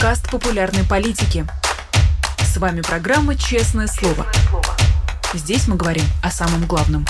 подкаст популярной политики. С вами программа «Честное слово». Здесь мы говорим о самом главном.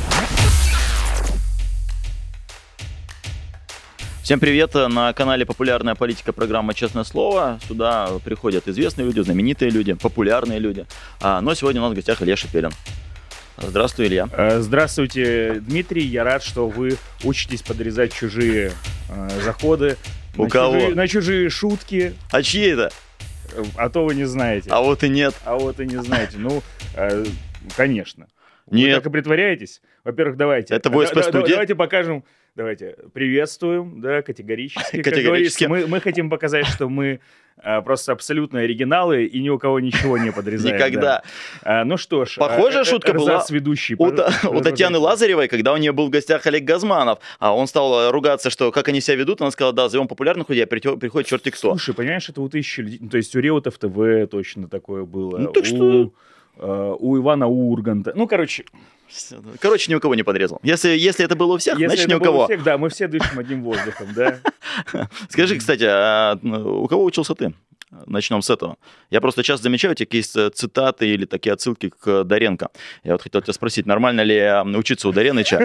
Всем привет! На канале «Популярная политика» программа «Честное слово». Сюда приходят известные люди, знаменитые люди, популярные люди. Но сегодня у нас в гостях Илья Шепелин. Здравствуй, Илья. Здравствуйте, Дмитрий. Я рад, что вы учитесь подрезать чужие заходы. У кого? На чужие шутки. А чьи это? А то вы не знаете. А вот и нет. А вот и не знаете. Ну, конечно. Нет. Вы так и притворяетесь. Во-первых, давайте. Это ВСП-студия? Давайте покажем. Давайте приветствуем, да, категорически. Категорически. Мы хотим показать, что мы просто абсолютно оригиналы и ни у кого ничего не подрезаем. Никогда. Да. Ну что ж. Похожая шутка была ведущий, у Татьяны Лазаревой, когда у нее был в гостях Олег Газманов. Он стал ругаться, что как они себя ведут. Она сказала, да, зовем популярных людей, а приходит черти кто. Слушай, понимаешь, это у тысячи людей. То есть у Реутов ТВ точно такое было. Ну так что... У Ивана Урганта. Ну, короче, ни у кого не подрезал. Если это было у всех, значит ни у кого. У всех, да, мы все дышим одним воздухом, да. Скажи, кстати, у кого учился ты? Начнем с этого. Я просто часто замечаю, у тебя есть цитаты или такие отсылки к Доренко. Я вот хотел тебя спросить, нормально ли учиться у Дореныча?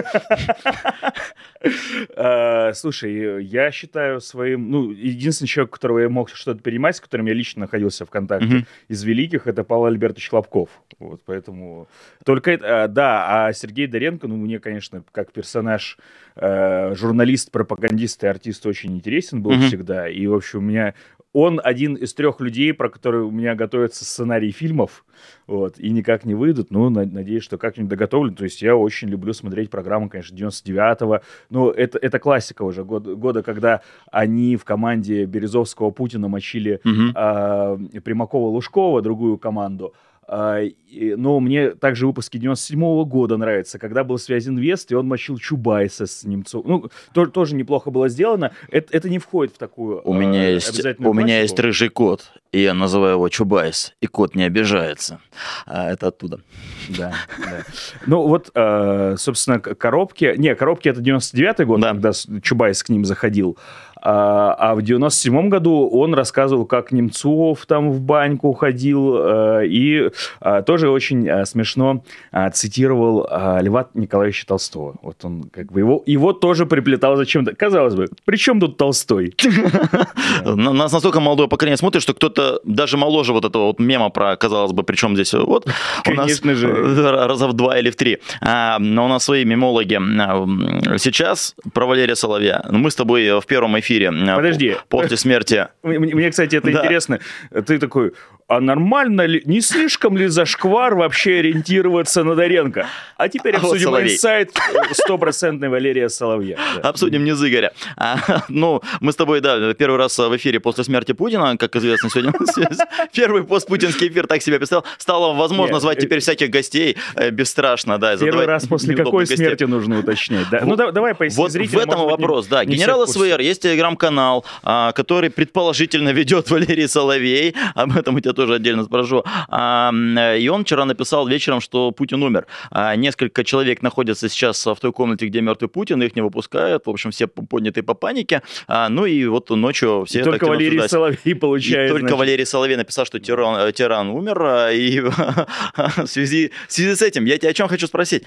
Слушай, я считаю своим... единственный человек, которого я мог что-то перенимать, с которым я лично находился в контакте из великих, это Павел Альбертович Хлопков. Вот, поэтому... Только это... Да, а Сергей Доренко, мне, конечно, как персонаж, журналист, пропагандист и артист очень интересен был всегда. И, в общем, у меня... Он один из 3 людей, про которые у меня готовятся сценарии фильмов, вот, и никак не выйдут. Надеюсь, что как-нибудь доготовлю. То есть я очень люблю смотреть программу, конечно, 99-го. Это классика уже года, когда они в команде Березовского, Путина мочили Примакова-Лужкова, другую команду. Но мне также выпуски 97-го года нравятся, когда был Связинвест, и он мочил Чубайса с Немцовым. Тоже неплохо было сделано. Это не входит в такую обязательную классику. У меня есть рыжий кот, и я называю его Чубайс, и кот не обижается. Это оттуда. Да. Собственно, коробки это 99-й год, когда Чубайс к ним заходил. А в 97-м году он рассказывал, как Немцов там в баньку ходил, и тоже очень смешно цитировал Льва Николаевича Толстого. Вот он как бы его тоже приплетал зачем-то. Казалось бы, при чем тут Толстой? Нас настолько молодое поколение смотрит, что кто-то даже моложе вот этого вот мема про, казалось бы, при чем здесь вот. Конечно же. Раза в 2 или в 3. Но у нас свои мемологи. Сейчас про Валерия Соловья. Мы с тобой в первом эфире. Подожди. После смерти. Мне, кстати, это интересно. Ты такой, а нормально ли, не слишком ли зашквар вообще ориентироваться на Доренко? А теперь обсудим инсайт 100% Валерия Соловья. Да. Обсудим не Зыгоря. Мы с тобой, первый раз в эфире после смерти Путина, как известно сегодня, первый постпутинский эфир, так себя представил. Стало возможно звать теперь всяких гостей бесстрашно. Первый раз после какой смерти нужно уточнять. Давай поясни вот зрителям. В этом вопрос, да. Генерал СВР, есть телеграм-канал, который предположительно ведет Валерий Соловей. Об этом у тебя тоже отдельно спрошу. И он вчера написал вечером, что Путин умер. Несколько человек находятся сейчас в той комнате, где мертвый Путин, их не выпускают. В общем, все подняты по панике. И вот ночью все... Только Валерий Соловей получает. Только Валерий Соловей написал, что тиран умер. И в связи с этим я тебя о чем хочу спросить.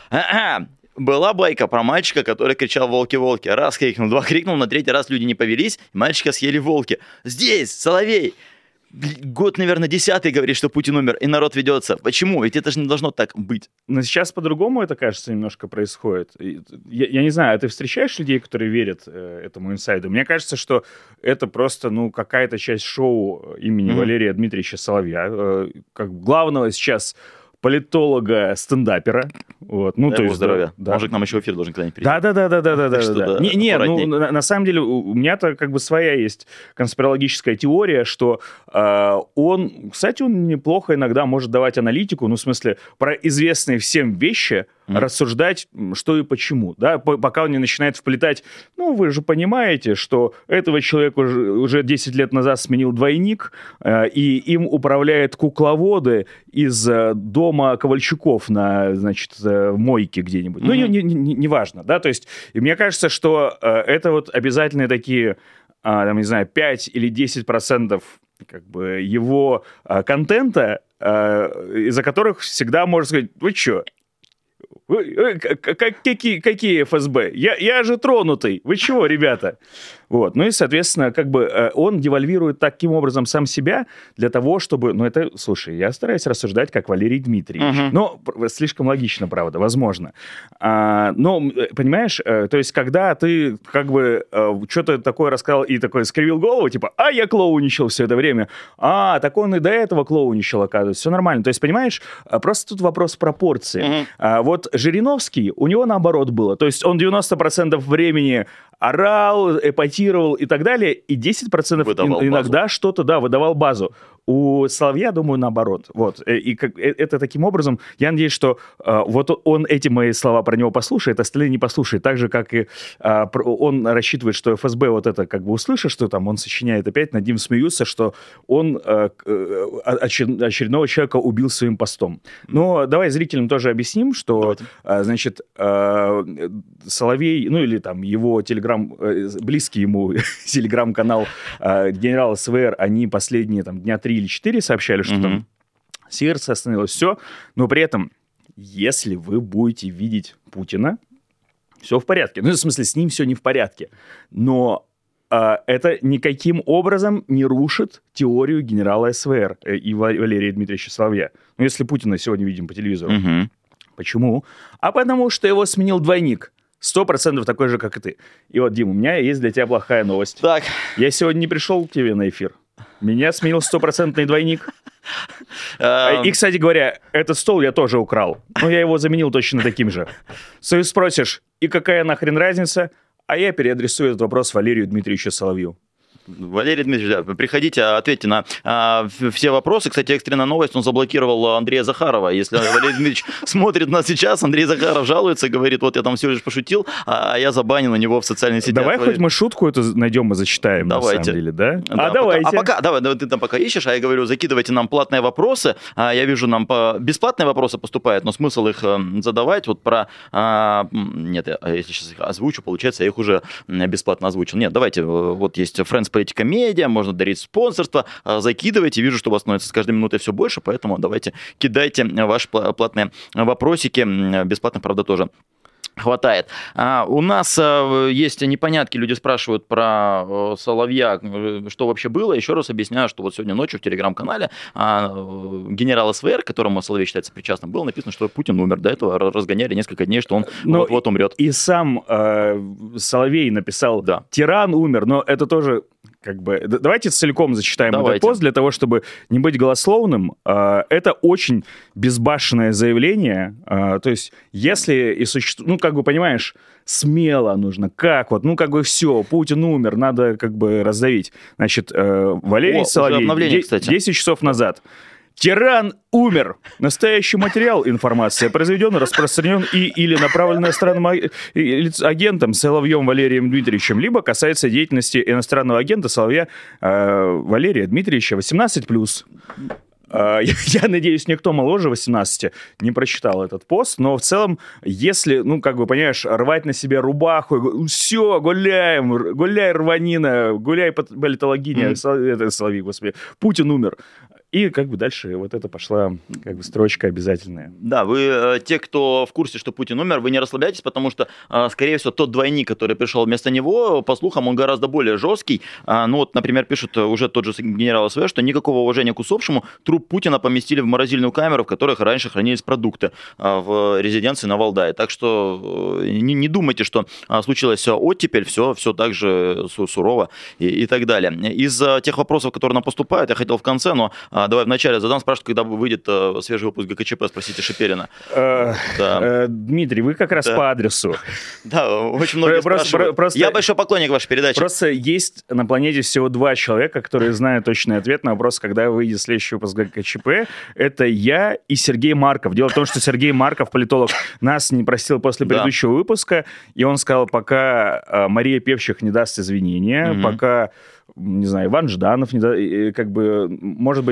Была байка про мальчика, который кричал «Волки-волки». Раз крикнул, 2 крикнул, на 3-й раз люди не повелись, мальчика съели волки. Здесь, Соловей! Год, наверное, 10-й говорит, что Путин умер, и народ ведется. Почему? Ведь это же не должно так быть. Но сейчас по-другому это, кажется, немножко происходит. Я не знаю, а ты встречаешь людей, которые верят этому инсайду? Мне кажется, что это просто, какая-то часть шоу имени Валерия Дмитриевича Соловья, как главного сейчас политолога-стендапера. Вот. Дай ему здоровья. Да. Он же к нам еще в эфир должен когда-нибудь прийти. Да. На самом деле у меня-то как бы своя есть конспирологическая теория, что он неплохо иногда может давать аналитику, в смысле, про известные всем вещи, рассуждать, что и почему, да, пока он не начинает вплетать, вы же понимаете, что этого человека уже 10 лет назад сменил двойник, и им управляют кукловоды из дома Ковальчуков на, мойке где-нибудь. Неважно, да, то есть, и мне кажется, что это вот обязательные такие там, не знаю, 5 или 10% как бы его контента, из-за которых всегда можно сказать, вы что? Какие ФСБ? Я же тронутый. Вы чего, ребята? Вот. Ну и, соответственно, как бы он девальвирует таким образом сам себя для того, чтобы... Ну это, слушай, я стараюсь рассуждать как Валерий Дмитриевич. Но слишком логично, правда, возможно. Но, понимаешь, то есть когда ты как бы что-то такое рассказал и такое скривил голову, типа, я клоуничал все это время. Так он и до этого клоуничал, оказывается. Все нормально. То есть, понимаешь, просто тут вопрос пропорции. Вот Жириновский, у него наоборот было. То есть он 90% времени орал, эпатировал и так далее, и 10% иногда что-то, выдавал базу. У Соловья, думаю, наоборот. Вот. И это таким образом, я надеюсь, что вот он эти мои слова про него послушает, остальные не послушают. Так же, как и он рассчитывает, что ФСБ вот это как бы услышит, что там он сочиняет опять, над ним смеются, что он очередного человека убил своим постом. Но давай зрителям тоже объясним, что, значит, Соловей, ну или там его близкий ему телеграм-канал генерал СВР, они последние там дня 3 или 4 сообщали, что там сердце остановилось, все. Но при этом, если вы будете видеть Путина, все в порядке. Ну, в смысле, с ним все не в порядке. Но это никаким образом не рушит теорию генерала СВР и Валерия Дмитриевича Соловья. Ну, если Путина сегодня видим по телевизору. Почему? Потому что его сменил двойник. 100% такой же, как и ты. И вот, Дим, у меня есть для тебя плохая новость. Так. Я сегодня не пришел к тебе на эфир. Меня сменил 100% двойник. И, кстати говоря, этот стол я тоже украл. Но я его заменил точно таким же. Ты спросишь, и какая нахрен разница? А я переадресую этот вопрос Валерию Дмитриевичу Соловью. Валерий Дмитриевич, приходите, ответьте на все вопросы. Кстати, экстренная новость, он заблокировал Андрея Захарова. Если Валерий Дмитриевич смотрит нас сейчас, Андрей Захаров жалуется, говорит, вот я там всего лишь пошутил, а я забанил у него в социальной сети. Давай хоть мы шутку эту найдем и зачитаем, давайте. На самом деле, да? Давайте. Давай, ты там пока ищешь, а я говорю, закидывайте нам платные вопросы. Я вижу, нам бесплатные вопросы поступают, но смысл их задавать вот про... Нет, если сейчас их озвучу, получается, я их уже бесплатно озвучил. Нет, давайте, вот есть Friends Политика Медиа, можно дарить спонсорство, закидывайте, вижу, что у вас становится с каждой минутой все больше, поэтому давайте кидайте ваши платные вопросики, бесплатно, правда, тоже хватает. У нас есть непонятки, люди спрашивают про Соловья, что вообще было. Еще раз объясняю, что вот сегодня ночью в телеграм-канале генерал СВР, к которому Соловей считается причастным, было написано, что Путин умер. До этого разгоняли несколько дней, что он вот умрет. И сам Соловей написал, тиран умер, но это тоже... Как бы, давайте целиком зачитаем этот пост для того, чтобы не быть голословным. Это очень безбашенное заявление. То есть, если и существует... Ну, как бы, понимаешь, смело нужно. Как вот? Ну, как бы все, Путин умер, надо как бы раздавить. Значит, Валерий Соловей 10 часов назад. Тиран умер. Настоящий материал, информация, произведен, распространен или направлен иностранным агентом Соловьем Валерием Дмитриевичем, либо касается деятельности иностранного агента Соловья Валерия Дмитриевича 18+. Я надеюсь, никто моложе 18 не прочитал этот пост, но в целом, если, ну, как бы, понимаешь, рвать на себе рубаху, все, гуляем, гуляй, рванина, гуляй, политологиня, Соловей, господи, Путин умер. И как бы дальше вот это пошла как бы строчка обязательная. Да, вы, те, кто в курсе, что Путин умер, вы не расслабляйтесь, потому что, скорее всего, тот двойник, который пришел вместо него, по слухам, он гораздо более жесткий. Ну вот, например, пишет уже тот же генерал СВ, что никакого уважения к усопшему, труп Путина поместили в морозильную камеру, в которых раньше хранились продукты в резиденции на Валдае. Так что не думайте, что случилось оттепель, все так же сурово и так далее. Из тех вопросов, которые нам поступают, я хотел в конце, но... Давай вначале задам, спрашивают, когда выйдет свежий выпуск ГКЧП, спросите Шиперина. Дмитрий, вы как раз по адресу. Да, очень многие спрашивают. Я большой поклонник вашей передачи. Просто есть на планете всего 2 человека, которые знают точный ответ на вопрос, когда выйдет следующий выпуск ГКЧП. Это я и Сергей Марков. Дело в том, что Сергей Марков, политолог, нас не простил после предыдущего выпуска, и он сказал, пока Мария Певчих не даст извинения, пока... не знаю, Иван Жданов, как бы, может быть,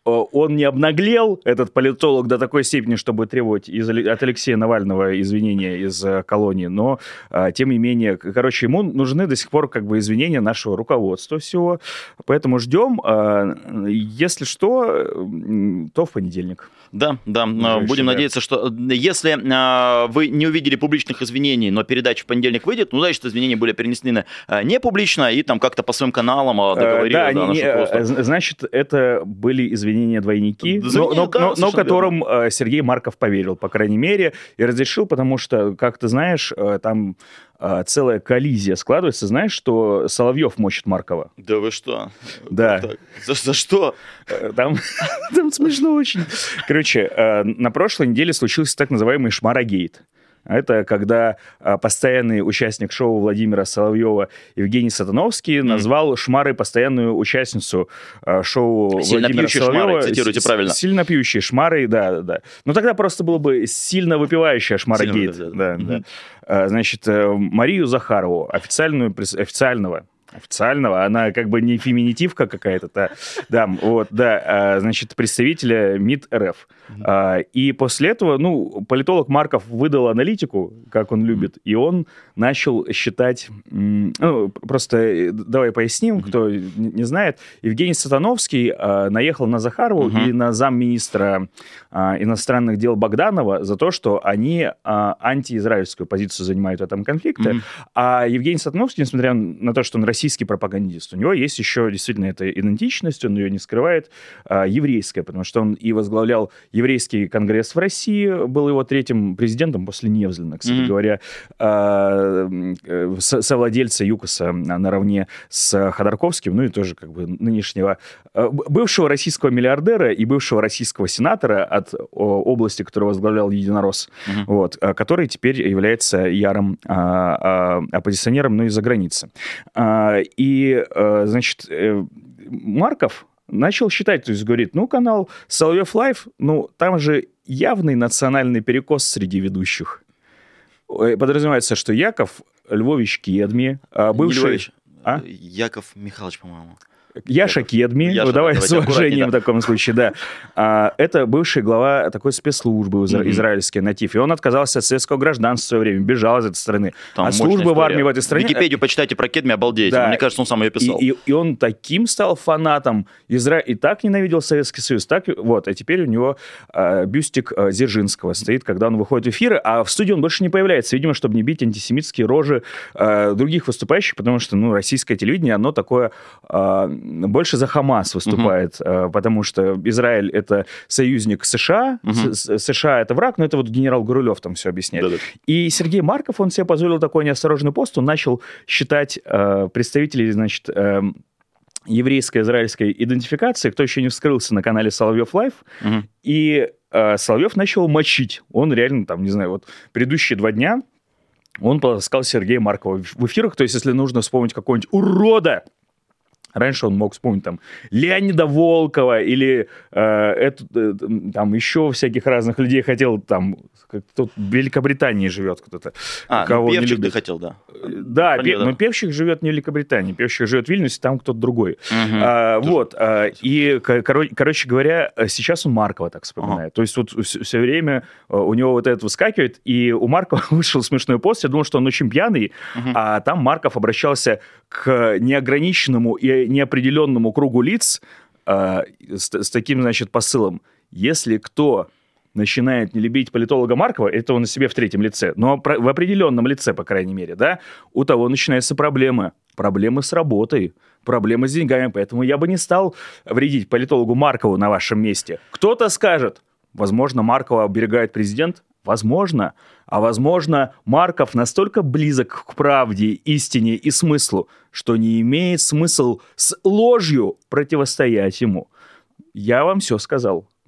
он не обнаглел, этот политолог, до такой степени, чтобы требовать от Алексея Навального извинения из колонии, но, тем не менее, короче, ему нужны до сих пор как бы извинения нашего руководства всего, поэтому ждем. Если что, то в понедельник. Да, будем надеяться, что если вы не увидели публичных извинений, но передача в понедельник выйдет, ну, значит, извинения были перенесены не публично и там как-то по своим каналам договорились. Значит, это были извинения-двойники, но которым Сергей Марков поверил, по крайней мере, и разрешил, потому что, как ты знаешь, там целая коллизия складывается. Знаешь, что Соловьев мочит Маркова? Да вы что? Да. За что? Там смешно очень. Короче, на прошлой неделе случился так называемый Шмарагейт. Это когда постоянный участник шоу Владимира Соловьева Евгений Сатановский назвал Шмарой постоянную участницу шоу сильно Владимира Соловьева. Шмарой, цитируйте правильно. Сильно пьющей Шмарой, да. Но тогда просто было бы сильно выпивающая Шмарагейт. Значит, Марию Захарову, официального, она как бы не феминитивка какая-то, значит, представителя МИД РФ. И после этого, политолог Марков выдал аналитику, как он любит, и он начал считать, просто давай поясним, кто не знает, Евгений Сатановский наехал на Захарову и на замминистра иностранных дел Богданова за то, что они антиизраильскую позицию занимают в этом конфликте, а Евгений Сатановский, несмотря на то, что он российский пропагандист, у него есть еще действительно эта идентичность, он ее не скрывает, еврейская, потому что он и возглавлял еврейский конгресс в России, был его третьим президентом после Невзлина, кстати говоря, совладельца ЮКОСа наравне с Ходорковским, и тоже как бы нынешнего бывшего российского миллиардера и бывшего российского сенатора от области, которую возглавлял Единорос, который теперь является ярым оппозиционером, но из-за границы. И, значит, Марков начал считать, то есть говорит, канал Соловьев Лайв, там же явный национальный перекос среди ведущих. Подразумевается, что Яков Львович Кедми, бывший... Яков Михайлович, по-моему. Яша Кедми, давай с уважением в таком случае, да. Это бывший глава такой спецслужбы израильской на ТИФ. И он отказался от советского гражданства в свое время, бежал из этой страны. А службы в армии в этой стране... Википедию почитайте про Кедми, обалдеть. Да. Мне кажется, он сам ее писал. И он таким стал фанатом Израиля, и так ненавидел Советский Союз, так вот. А теперь у него бюстик Дзержинского стоит, когда он выходит в эфиры, а в студии он больше не появляется, видимо, чтобы не бить антисемитские рожи других выступающих, потому что, российское телевидение, оно такое... больше за Хамас выступает, потому что Израиль — это союзник США, США — это враг, но это вот генерал Гурулев там все объясняет. Да-да. И Сергей Марков, он себе позволил такой неосторожный пост, он начал считать представителей, значит, еврейско-израильской идентификации, кто еще не вскрылся на канале Соловьев Лайв, и Соловьев начал мочить. Он реально, там, не знаю, вот предыдущие 2 дня он полоскал Сергея Маркова в эфирах, то есть если нужно вспомнить какого-нибудь урода, раньше он мог вспомнить там Леонида Волкова или там еще всяких разных людей хотел, там, кто в Великобритании живет кто-то. Кого Певчих ты хотел, да. Да, но Певчих живет не в Великобритании, Певчих живет в Вильнюсе, там кто-то другой. И, короче говоря, сейчас он Маркова так вспоминает. То есть вот все время у него вот это выскакивает, и у Маркова вышел смешной пост, я думал, что он очень пьяный, а там Марков обращался к неограниченному и неопределенному кругу лиц с таким, значит, посылом. Если кто начинает не любить политолога Маркова, это он на себе в третьем лице, но в определенном лице, по крайней мере, да, у того начинаются проблемы. Проблемы с работой, проблемы с деньгами. Поэтому я бы не стал вредить политологу Маркову на вашем месте. Кто-то скажет, возможно, Маркова оберегает президент. Возможно. А возможно, Марков настолько близок к правде, истине и смыслу, что не имеет смысл с ложью противостоять ему. Я вам все сказал.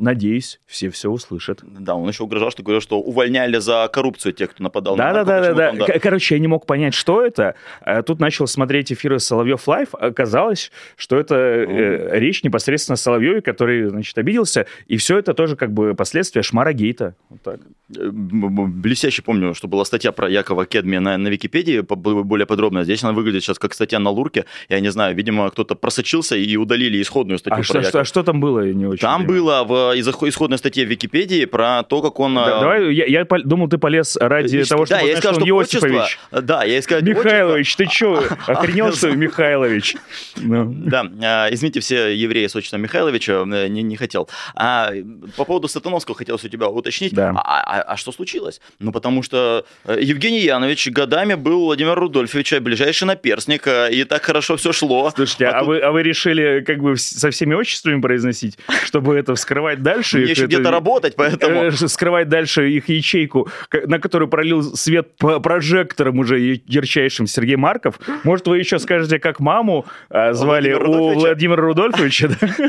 надеюсь, все услышат. Да, он еще угрожал, что говорил, что увольняли за коррупцию тех, кто нападал на нарко. Да. Короче, я не мог понять, что это. Тут начал смотреть эфиры Соловьев Лайв. Оказалось, что это речь непосредственно о Соловьеве, который, значит, обиделся. И все это тоже как бы последствия Шмара-гейта. Вот так. Блестяще помню, что была статья про Якова Кедми на Википедии, более подробно. Здесь она выглядит сейчас как статья на Лурке. Я не знаю, видимо, кто-то просочился и удалили исходную статью про Якова. А что там было? Я не очень там было в исходной статье в Википедии про то, как он... Давай, я думал, ты полез ради того, чтобы узнать, что он Иосифович. Да, я искал Михайлович, ты что, охренел, что ли, Михайлович? Да, извините, все евреи с отчеством Михайловича, не хотел. По поводу Сатановского хотелось у тебя уточнить. А что случилось? Ну, потому что Евгений Янович годами был Владимир Рудольфович, ближайший наперстник, и так хорошо все шло. Слушайте, а вы решили как бы со всеми отчествами произносить, чтобы это вскрывать дальше? Мне еще где-то работать, поэтому... Скрывать дальше их ячейку, на которую пролил свет прожектором уже ярчайшим Сергей Марков. Может, вы еще скажете, как маму звали у Владимира Рудольфовича?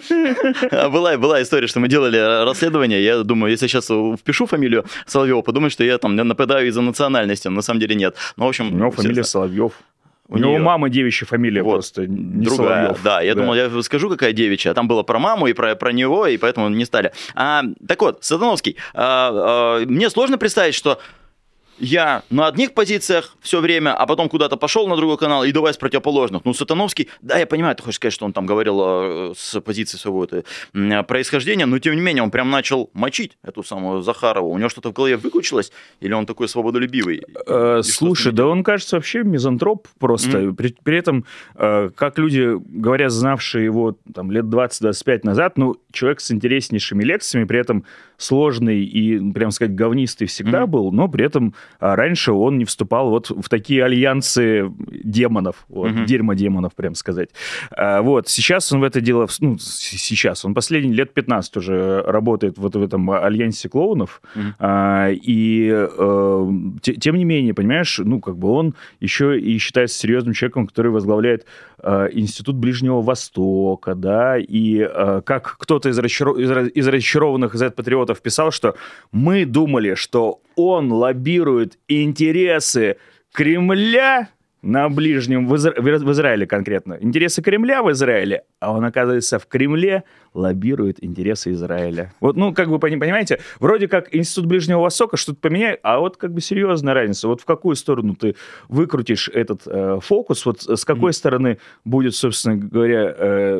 Была история, что мы делали расследование. Я думаю, если сейчас впишу фамилию Соловьева, подумают, что я там нападаю из-за национальности. На самом деле нет. Ну, в общем, у него фамилия Соловьев. У него мама девичья фамилия вот, просто, не другая, Соловьев. Да, я думал, я скажу, какая девичья. А там было про маму и про него, и поэтому не стали. Так вот, Сатановский. Мне сложно представить, что я на одних позициях все время, а потом куда-то пошел на другой канал и давай с противоположных. Ну, Сатановский, да, я понимаю, ты хочешь сказать, что он там говорил с позиции своего происхождения, но тем не менее он прям начал мочить эту самую Захарову. У него что-то в голове выключилось, или он такой свободолюбивый? Слушай, да он, кажется, вообще мизантроп просто. При этом, как люди, говорят, знавшие его там, лет 20-25 назад, ну, человек с интереснейшими лекциями, при этом сложный и, прям сказать, говнистый всегда был, но при этом раньше он не вступал вот в такие альянсы демонов, дерьмо-демонов, прям сказать. Вот, сейчас он в это дело, ну, сейчас, он последние лет 15 уже работает вот в этом альянсе клоунов, и тем не менее, понимаешь, ну, как бы он еще и считается серьезным человеком, который возглавляет Институт Ближнего Востока, да, и как кто-то из разочарованных Z-патриотов писал, что мы думали, что он лоббирует интересы Кремля на Ближнем, в Израиле конкретно, интересы Кремля в Израиле, а он, оказывается, в Кремле лоббирует интересы Израиля. Вот, ну, как бы, понимаете, вроде как Институт Ближнего Востока что-то поменяет, а вот как бы серьезная разница. Вот в какую сторону ты выкрутишь этот фокус, вот с какой стороны будет, собственно говоря,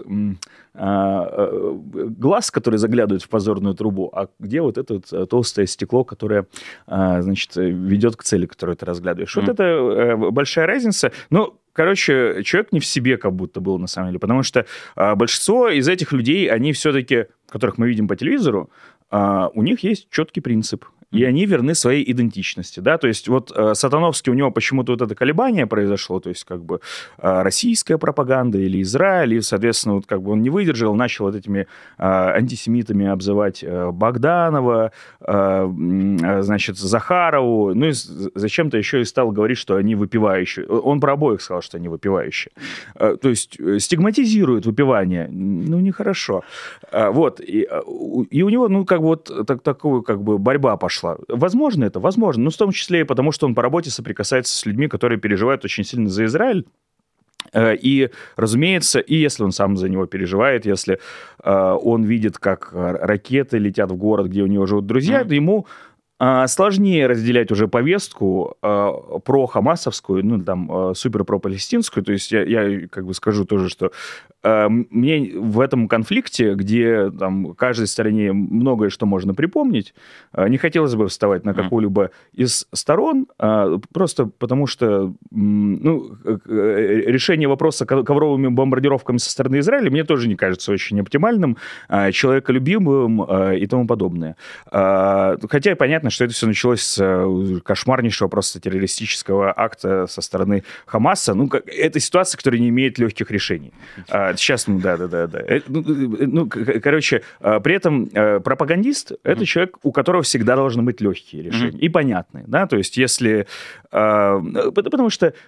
глаз, который заглядывает в позорную трубу, а где вот это вот толстое стекло, которое, значит, ведет к цели, которую ты разглядываешь. Вот это большая разница. Ну, короче, человек не в себе как будто был, на самом деле, потому что большинство из этих людей, они все-таки, которых мы видим по телевизору, у них есть четкий принцип. И они верны своей идентичности, да, то есть вот Сатановский, у него почему-то вот это колебание произошло, то есть как бы российская пропаганда или Израиль, и, соответственно, вот как бы он не выдержал, начал вот этими антисемитами обзывать Богданова, значит, Захарову, ну и зачем-то еще и стал говорить, что они выпивающие. Он про обоих сказал, что они выпивающие. То есть стигматизирует выпивание, ну, нехорошо. Вот, и у него, ну, как бы вот такую как бы борьба пошла. Возможно это? Возможно. Но в том числе и потому, что он по работе соприкасается с людьми, которые переживают очень сильно за Израиль. И, разумеется, и если он сам за него переживает, если он видит, как ракеты летят в город, где у него живут друзья, то ему сложнее разделять уже повестку про-хамасовскую, ну, там, супер-про-палестинскую. То есть я как бы скажу тоже, что мне в этом конфликте, где там каждой стороне многое что можно припомнить, не хотелось бы вставать на какую-либо из сторон, просто потому что, ну, решение вопроса ковровыми бомбардировками со стороны Израиля мне тоже не кажется очень оптимальным, человеколюбимым и тому подобное. Хотя понятно, что это все началось с кошмарнейшего просто террористического акта со стороны Хамаса. Ну, это ситуация, которая не имеет легких решений. Сейчас, ну, да. Ну, короче, при этом пропагандист — это человек, у которого всегда должны быть легкие решения и понятные, да, то есть если... Потому что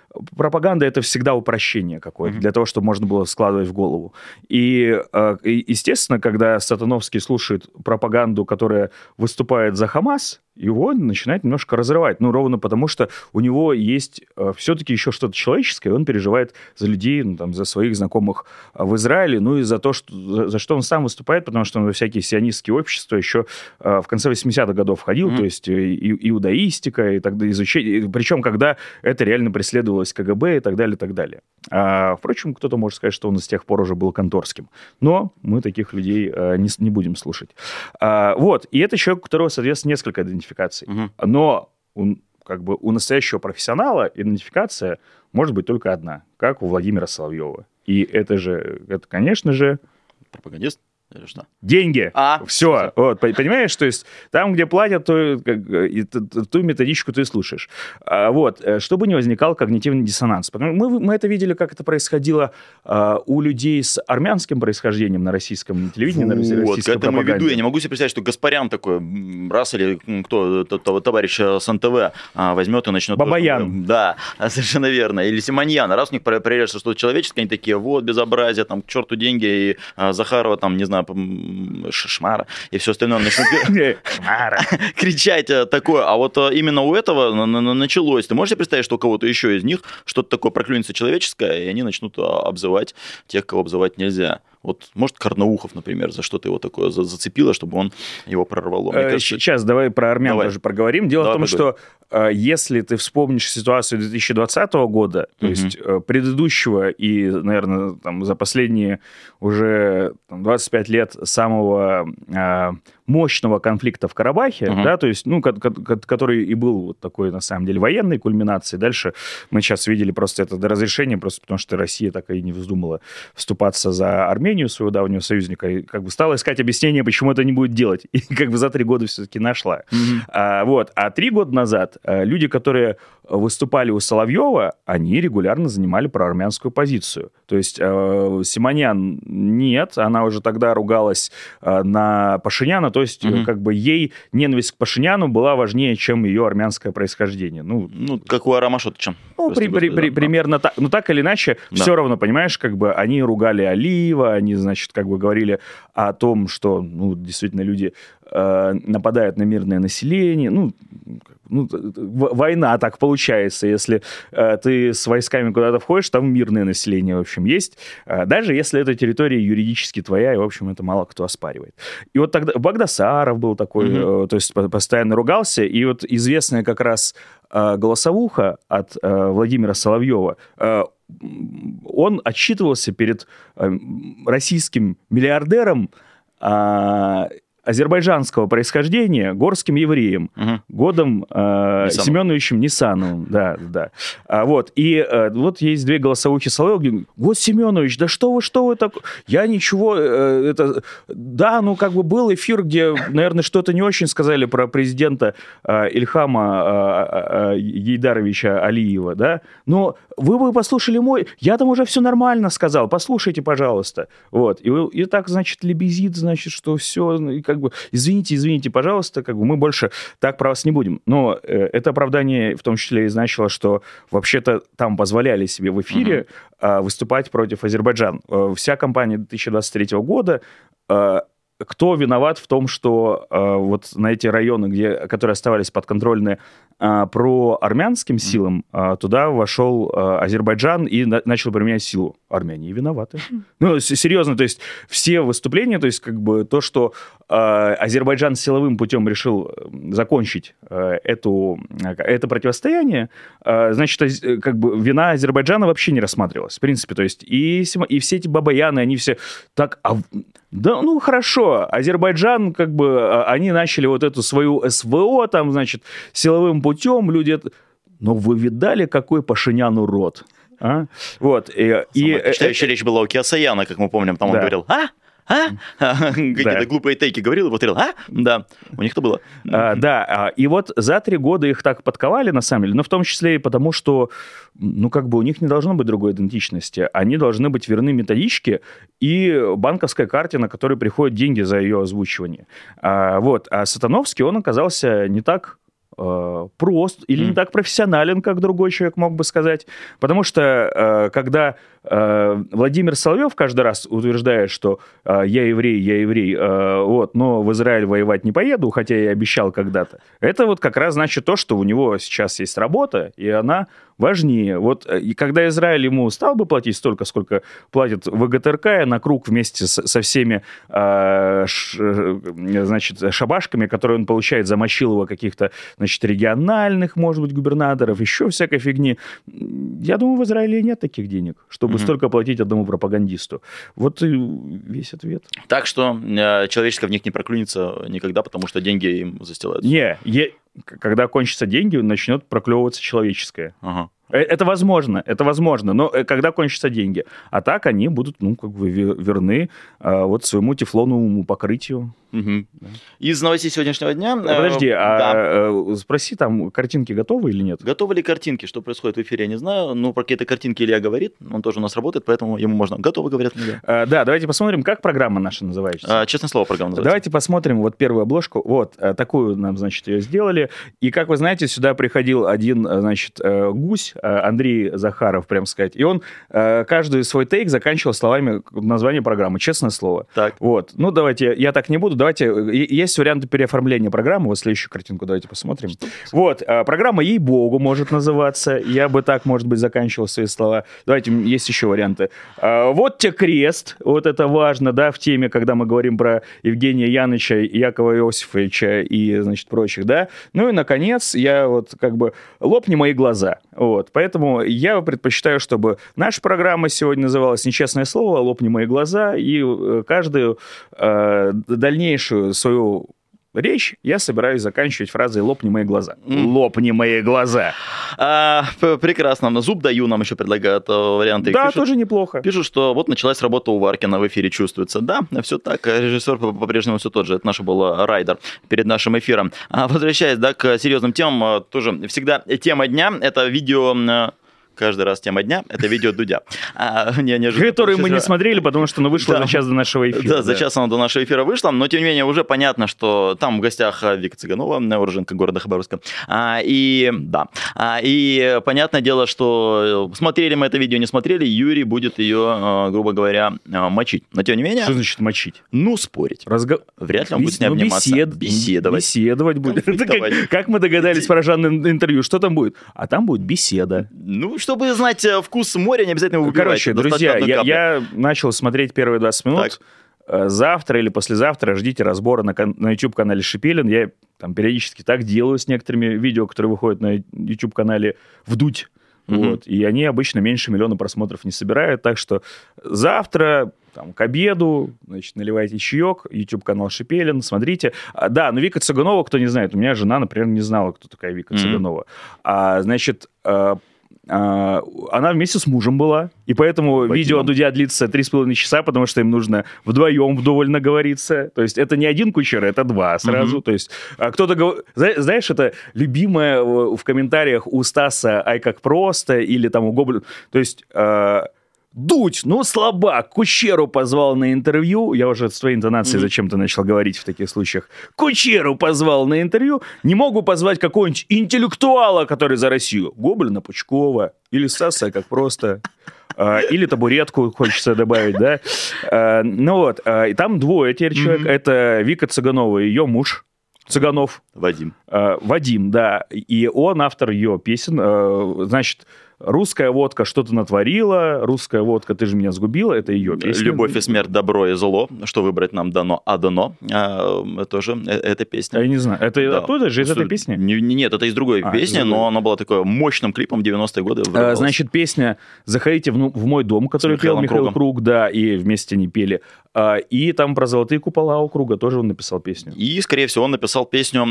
пропаганда — это всегда упрощение какое-то, для того, чтобы можно было складывать в голову. И, естественно, когда Сатановский слушает пропаганду, которая выступает за Хамас, его начинает немножко разрывать. Ну, ровно потому, что у него есть все-таки еще что-то человеческое, и он переживает за людей, ну, там, за своих знакомых в Израиле, ну, и за то, за что он сам выступает, потому что он во всякие сионистские общества еще в конце 80-х годов ходил, то есть иудаистика и так далее, изучение, причем когда это реально преследовалось КГБ и так далее, и так далее. Впрочем, кто-то может сказать, что он с тех пор уже был конторским. Но мы таких людей не будем слушать. Вот. И это человек, у которого, соответственно, несколько идентификаций. Но у настоящего профессионала идентификация может быть только одна, как у Владимира Соловьева. И это, конечно же... Пропагандист? Или что? Деньги. Все. Вот, понимаешь? То есть там, где платят, ту методичку ты слушаешь. Вот. Чтобы не возникал когнитивный диссонанс. Мы это видели, как это происходило у людей с армянским происхождением на российском телевидении, на российской пропаганде. К этому веду. Я не могу себе представить, что Гаспарян такой, раз или кто, товарищ с НТВ возьмет и начнет... Бабаян. Да, совершенно верно. Или Симоньян. Раз у них проверяется что-то человеческое, они такие, вот, безобразие, там, к черту деньги, и Захарова, там, не знаю, Шмара и все остальное начнут кричать такое. А вот именно у этого началось. Ты можешь себе представить, что у кого-то еще из них что-то такое проклюнется человеческое, и они начнут обзывать тех, кого обзывать нельзя. Вот, может, Карнаухов, например, за что-то его такое зацепило, чтобы он его прорвало. Сейчас давай про армян тоже проговорим. Дело в том, что если ты вспомнишь ситуацию 2020 года, то есть предыдущего и, наверное, там, за последние уже 25 лет самого мощного конфликта в Карабахе, да, то есть, ну, который и был вот такой, на самом деле, военной кульминацией. Дальше мы сейчас видели просто это до разрешения, просто потому что Россия так и не вздумала вступаться за Армению, своего давнего союзника, и как бы стала искать объяснение, почему это не будет делать. И как бы за 3 года все-таки нашла. Вот. А 3 года назад люди, которые выступали у Соловьева, они регулярно занимали проармянскую позицию. То есть Симоньян нет, она уже тогда ругалась на Пашиняна, то есть как бы ей ненависть к Пашиняну была важнее, чем ее армянское происхождение. Ну как у Арамашотыча. Ну, примерно так. Но так или иначе, все равно, понимаешь, как бы они ругали Алиева, они, значит, как бы говорили о том, что, ну, действительно, люди нападают на мирное население. Ну, война так получается. Если ты с войсками куда-то входишь, там мирное население, в общем, есть. Даже если эта территория юридически твоя, и, в общем, это мало кто оспаривает. И вот тогда Багдасаров был такой, то есть постоянно ругался, и вот известная как раз голосовуха от Владимира Соловьева, он отчитывался перед российским миллиардером азербайджанского происхождения горским евреем, Годом Семеновичем Нисановым. Да. Вот. И вот есть 2 голосовухи Соловьева. Год Семенович, да что вы так... Я ничего... Да, ну как бы был эфир, где, наверное, что-то не очень сказали про президента Ильхама Гейдаровича Алиева, да? Но вы бы послушали мой... Я там уже все нормально сказал. Послушайте, пожалуйста. Вот. И так, значит, лебезит, значит, что все... Как бы, извините, пожалуйста, как бы мы больше так про вас не будем. Но это оправдание в том числе и значило, что вообще-то там позволяли себе в эфире выступать против Азербайджана. Вся кампания 2023 года... Кто виноват в том, что вот на эти районы, которые оставались подконтрольны проармянским силам, туда вошел Азербайджан и начал применять силу. Армяне виноваты. Ну, серьезно, то есть все выступления, то есть как бы то, что Азербайджан силовым путем решил закончить это противостояние, значит, как бы вина Азербайджана вообще не рассматривалась, в принципе. То есть и все эти бабаяны, они все так... Да, ну, хорошо, Азербайджан, как бы, они начали вот эту свою СВО, там, значит, силовым путем, люди... Но вы видали, какой Пашинян урод? А? Вот. Впечатляющая речь была у Киасаяна, как мы помним, там он говорил, какие-то глупые тейки говорил и повторил, Да, у них то было. Да, и вот за 3 года их так подковали, на самом деле, но в том числе и потому, что, ну, как бы у них не должно быть другой идентичности. Они должны быть верны методичке и банковской карте, на которой приходят деньги за ее озвучивание. Вот. А Сатановский, он оказался не так прост или не так профессионален, как другой человек мог бы сказать. Потому что когда Владимир Соловьев каждый раз утверждает, что я еврей, вот, но в Израиль воевать не поеду, хотя я обещал когда-то, это вот как раз значит то, что у него сейчас есть работа, и она важнее. Вот и когда Израиль ему стал бы платить столько, сколько платит ВГТРК, на круг вместе со всеми значит, шабашками, которые он получает за Мочилова, каких-то, значит, региональных, может быть, губернаторов, еще всякой фигни, я думаю, в Израиле нет таких денег, чтобы столько платить одному пропагандисту. Вот и весь ответ. Так что человеческое в них не проклюнется никогда, потому что деньги им застилают. Когда кончатся деньги, начнет проклевываться человеческое. Ага. Это возможно, но когда кончатся деньги. А так они будут, как бы верны вот своему тефлоновому покрытию. Угу. Да. Из новостей сегодняшнего дня... Подожди, спроси, там картинки готовы или нет? Готовы ли картинки? Что происходит в эфире, я не знаю. Ну, про какие-то картинки Илья говорит, он тоже у нас работает, поэтому ему можно. Готовы, говорят мне. Да, давайте посмотрим, как программа наша называется. Честное слово, программа называется. Давайте посмотрим вот первую обложку. Вот, такую нам, значит, ее сделали. И, как вы знаете, сюда приходил один, значит, гусь, Андрей Захаров, прям сказать. И он каждый свой тейк заканчивал словами названия программы. Честное слово. Так. Вот. Ну, давайте, я так не буду. Давайте, есть варианты переоформления программы. Вот следующую картинку давайте посмотрим. Вот, программа «Ей-богу» может называться. Я бы так, может быть, заканчивал свои слова. Давайте, есть еще варианты. Вот тебе крест. Вот это важно, да, в теме, когда мы говорим про Евгения Яныча, Якова Иосифовича и, значит, прочих, да. Ну и, наконец, я вот как бы «Лопни мои глаза». Вот, поэтому я предпочитаю, чтобы наша программа сегодня называлась «Нечестное слово», «Лопни мои глаза», и каждую дальнейшую свою речь я собираюсь заканчивать фразой «Лопни мои глаза». Лопни мои глаза. Прекрасно. Зуб даю нам еще предлагают варианты. Да, тоже неплохо. Пишут, что вот началась работа у Варкина в эфире, чувствуется. Да, все так. Режиссер по-прежнему все тот же. Это наш был райдер перед нашим эфиром. Возвращаясь, да, к серьезным темам, тоже всегда тема дня. Это видео... Каждый раз тема дня — это видео Дудя. Которые мы не смотрели, потому что оно вышло за час до нашего эфира. Да, за час оно до нашего эфира вышло, но тем не менее уже понятно, что там в гостях Вика Цыганова, уроженка города Хабаровска. И понятное дело, что смотрели мы это видео, не смотрели, Юрий будет ее, грубо говоря, мочить. Но тем не менее... Что значит мочить? Ну, спорить. Вряд ли он будет с ней обниматься. Беседовать будет. Как мы догадались про жанр интервью, что там будет? А там будет беседа. Ну, чтобы знать вкус моря, не обязательно его убивать. Короче, друзья, я начал смотреть первые 20 минут. Так. Завтра или послезавтра ждите разбора на YouTube-канале Шипилин. Я там периодически так делаю с некоторыми видео, которые выходят на YouTube-канале «Вдуть». Вот. И они обычно меньше 1 миллиона просмотров не собирают. Так что завтра... Там, к обеду, значит, наливайте чаек, YouTube-канал Шипелин, смотрите. Да, но Вика Цыганова, кто не знает, у меня жена, например, не знала, кто такая Вика Цыганова. Значит, она вместе с мужем была, и поэтому видео Дудя длится 3,5 часа, потому что им нужно вдвоем вдоволь наговориться. То есть это не один кучер, это два сразу. То есть кто-то говорит... Знаешь, это любимое в комментариях у Стаса «Ай, как просто», или там у Гоблина... То есть... Дудь, ну слабак, Кучеру позвал на интервью. Я уже с твоей интонацией зачем-то начал говорить в таких случаях. Кучеру позвал на интервью. Не могу позвать какого-нибудь интеллектуала, который за Россию. Гоблина, Пучкова или Стаса, как просто. Или табуретку хочется добавить, да. Ну вот, и там двое теперь человек. Это Вика Цыганова и ее муж. Цыганов. Вадим, да. И он автор ее песен. Значит... «Русская водка что-то натворила», «Русская водка, ты же меня сгубила», это ее песня. «Любовь и смерть, добро и зло», что выбрать нам дано, а дано, тоже эта песня. Я не знаю, это оттуда же, из этой песни? Нет, это из другой песни, но она была такой мощным клипом 90-е годы. Значит, песня «Заходите в мой дом», который пел Михаил Круг, да, и вместе они пели. И там про «Золотые купола у Круга» тоже он написал песню. И, скорее всего, он написал песню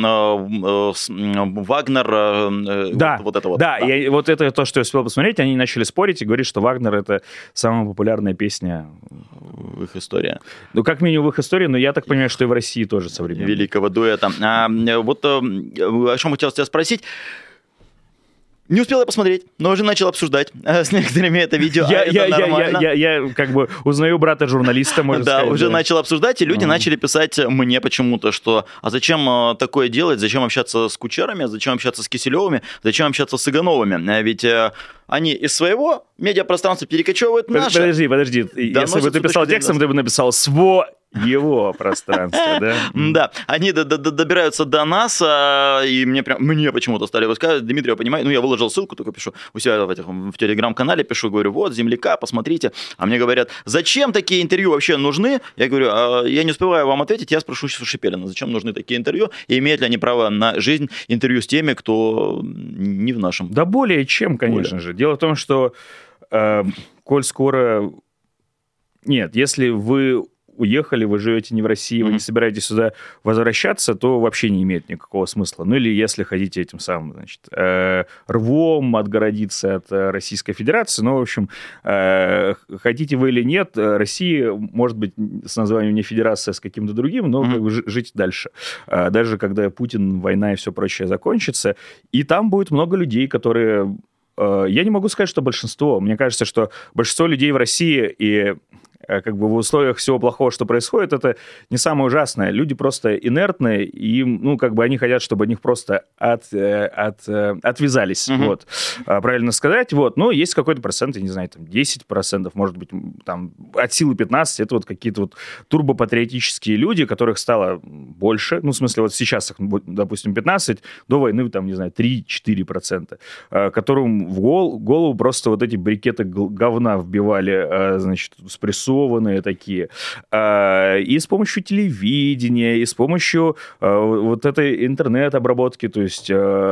«Вагнер». Да, вот это вот. Да, и вот это то, что я успел посмотреть, они начали спорить и говорить, что «Вагнер» — это самая популярная песня в их истории. Ну, как минимум в их истории, но я так понимаю, что и в России тоже современная. Великого дуэта. Вот о чем хотел тебя спросить. Не успел я посмотреть, но уже начал обсуждать с некоторыми это видео. Это нормально. Я как бы узнаю брата журналиста, можно сказать. Да, уже начал обсуждать, и люди начали писать мне почему-то, что а зачем такое делать, зачем общаться с Кучерами, зачем общаться с Киселевыми, зачем общаться с Цыгановыми, ведь они из своего медиапространства перекочевывают в наше. Подожди. Если бы ты писал текстом, ты бы написал его пространство, да? Да, они добираются до нас, и мне почему-то стали рассказывать, Дмитрий, я понимаю, я выложил ссылку, только пишу у себя в телеграм-канале, пишу, говорю, вот, земляка, посмотрите, а мне говорят, зачем такие интервью вообще нужны? Я говорю, я не успеваю вам ответить, я спрошу Шипелина, зачем нужны такие интервью, и имеют ли они право на жизнь интервью с теми, кто не в нашем. Да более чем, конечно же. Дело в том, что коль скоро... Нет, если вы уехали, вы живете не в России, вы не собираетесь сюда возвращаться, то вообще не имеет никакого смысла. Ну или если хотите этим самым, значит, рвом отгородиться от Российской Федерации, ну, в общем, хотите вы или нет, Россия может быть с названием не федерация, а с каким-то другим, но как бы жить дальше. Даже когда Путин, война и все прочее закончится, и там будет много людей, которые... Я не могу сказать, что большинство. Мне кажется, что большинство людей в России и как бы в условиях всего плохого, что происходит, это не самое ужасное. Люди просто инертные, и как бы они хотят, чтобы от них просто отвязались, вот, правильно сказать, вот. Но есть какой-то процент, я не знаю, там 10%, может быть, там от силы 15%, это вот какие-то вот турбопатриотические люди, которых стало больше, в смысле, вот сейчас их, допустим, 15%, до войны, там, не знаю, 3-4%, которым в голову просто вот эти брикеты говна вбивали, значит, спрессованные такие, и с помощью телевидения, и с помощью вот этой интернет-обработки, то есть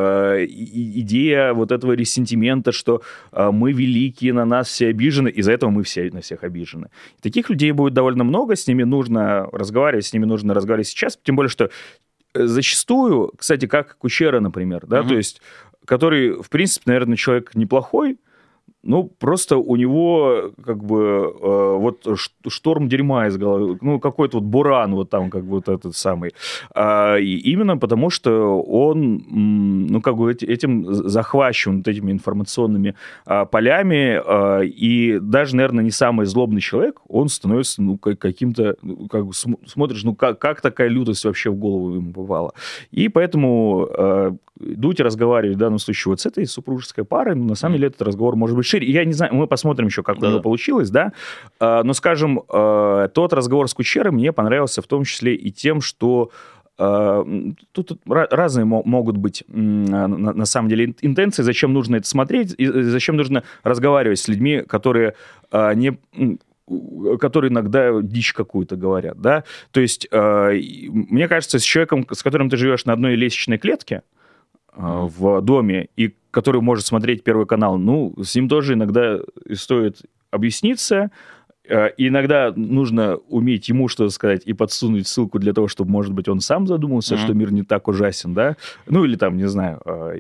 идея вот этого ресентимента, что мы великие, на нас все обижены, из-за этого мы все на всех обижены. Таких людей будет довольно много, с ними нужно разговаривать сейчас, тем более, что зачастую, кстати, как Кучера, например, да, то есть, который, в принципе, наверное, человек неплохой, просто у него, как бы, вот шторм дерьма из головы, какой-то вот буран вот там, как бы, вот этот самый. И именно потому, что он, как бы, этим захвачен, вот этими информационными полями, и даже, наверное, не самый злобный человек, он становится, каким-то, как бы, смотришь, как такая лютость вообще в голову ему бывала. И поэтому Дудь разговаривает в данном случае вот с этой супружеской парой, на самом деле этот разговор может быть шире. Я не знаю, мы посмотрим еще, как у него получилось, да. Но, скажем, тот разговор с Кучерой мне понравился в том числе и тем, что тут разные могут быть, на самом деле, интенции, зачем нужно это смотреть, и зачем нужно разговаривать с людьми, которые иногда дичь какую-то говорят, да. То есть, мне кажется, с человеком, с которым ты живешь на одной лестничной клетке, в доме, и который может смотреть Первый канал, с ним тоже иногда стоит объясниться. Иногда нужно уметь ему что-то сказать и подсунуть ссылку для того, чтобы, может быть, он сам задумался, что мир не так ужасен, да? Или там, не знаю.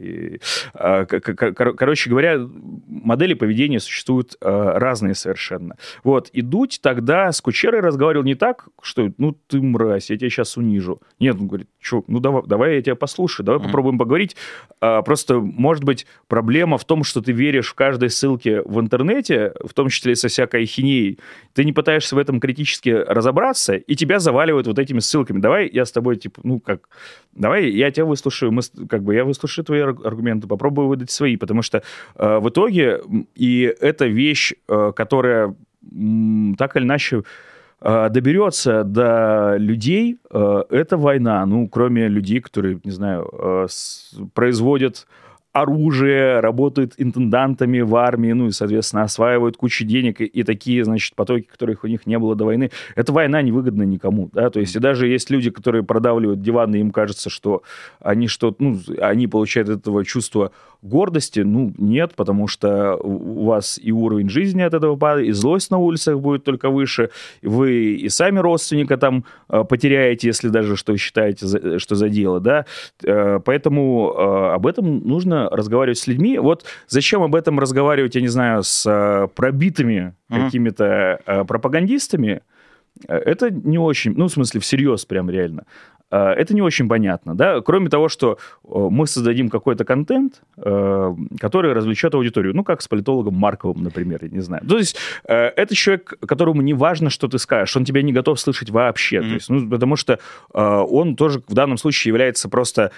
Короче говоря, модели поведения существуют разные совершенно. Вот. И Дудь тогда с Кучерой разговаривал не так, что, ты мразь, я тебя сейчас унижу. Нет, он говорит, давай я тебя послушаю, давай попробуем поговорить. Просто, может быть, проблема в том, что ты веришь в каждой ссылке в интернете, в том числе и со всякой ахинеей, ты не пытаешься в этом критически разобраться, и тебя заваливают вот этими ссылками. Давай я с тобой, давай я тебя выслушаю, я выслушаю твои аргументы, попробую выдать свои, потому что в итоге, и эта вещь, которая так или иначе доберется до людей, это война. Кроме людей, которые, не знаю, производят оружие, работают интендантами в армии, и, соответственно, осваивают кучу денег и такие, значит, потоки, которых у них не было до войны. Эта война невыгодна никому, да, то есть и даже есть люди, которые продавливают диваны, им кажется, что они они получают от этого чувство гордости, нет, потому что у вас и уровень жизни от этого падает, и злость на улицах будет только выше, вы и сами родственника там потеряете, если даже что считаете, что за дело, да, поэтому об этом нужно разговаривать с людьми. Вот зачем об этом разговаривать, я не знаю, с пробитыми какими-то пропагандистами, это не очень, в смысле, всерьез прям реально. это не очень понятно, да, кроме того, что мы создадим какой-то контент, который развлечет аудиторию, ну, как с политологом Марковым, например, я не знаю. То есть это человек, которому не важно, что ты скажешь, он тебя не готов слышать вообще, то есть, ну, потому что он тоже в данном случае является просто,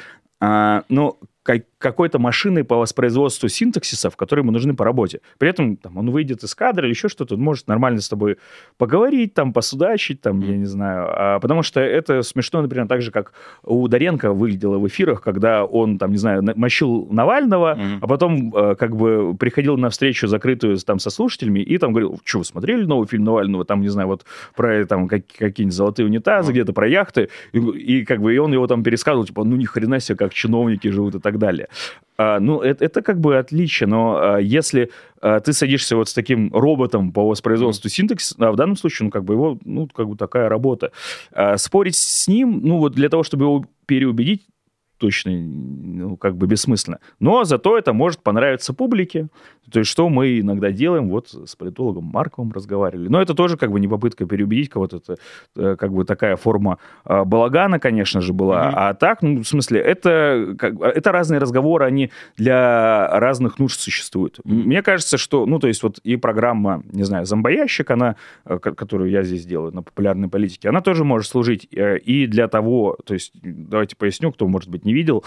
какой-то машиной по воспроизводству синтаксисов, которые ему нужны по работе. При этом там, он выйдет из кадра или еще что-то, он может нормально с тобой поговорить, там, посудачить, там, я не знаю. Потому что это смешно, например, так же, как у Доренко выглядело в эфирах, когда он, там, не знаю, мочил Навального, а потом как бы приходил на встречу закрытую там со слушателями и там говорил, что, вы смотрели новый фильм Навального, там, не знаю, вот про там какие-нибудь золотые унитазы, где-то про яхты, и как бы и он его там пересказывал, типа, ну, ни хрена себе, как чиновники живут и так далее. Ну, это как бы отличие, но если ты садишься вот с таким роботом по воспроизводству синтаксиса, в данном случае, ну, как бы его, ну, как бы такая работа. Спорить с ним, ну, вот для того, чтобы его переубедить, точно, ну, как бы бессмысленно. Но зато это может понравиться публике. То есть, что мы иногда делаем, вот с политологом Марковым разговаривали. Но это тоже как бы не попытка переубедить кого-то, это как бы такая форма балагана, конечно же, была. А так, ну, в смысле, это разные разговоры, они для разных нужд существуют. Мне кажется, что, ну, то есть, вот и программа, не знаю, «Зомбоящик», она, которую я здесь делаю на популярной политике, она тоже может служить и для того, то есть, давайте поясню, кто, может быть, не видел,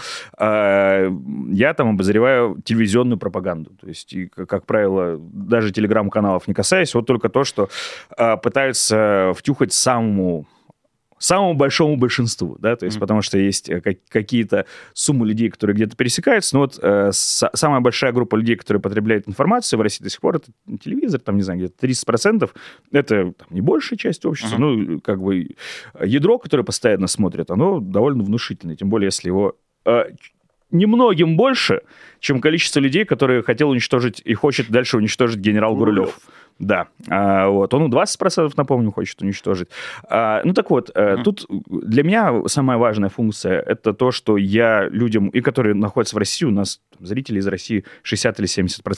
я там обозреваю телевизионную пропаганду. То есть, как правило, даже телеграм-каналов не касаясь, вот только то, что пытаются втюхать самому большому большинству, да, то есть потому что есть какие-то суммы людей, которые где-то пересекаются, но вот самая большая группа людей, которые потребляют информацию в России до сих пор, это телевизор, там, не знаю, где-то 30%, это там, не большая часть общества, ну, как бы ядро, которое постоянно смотрит, оно довольно внушительное, тем более, если его немногим больше, чем количество людей, которые хотел уничтожить и хочет дальше уничтожить генерал Гурулев. Да, вот. Он 20%, напомню, хочет уничтожить. Ну так вот, тут для меня самая важная функция — это то, что я людям, и которые находятся в России, у нас зрители из России 60 или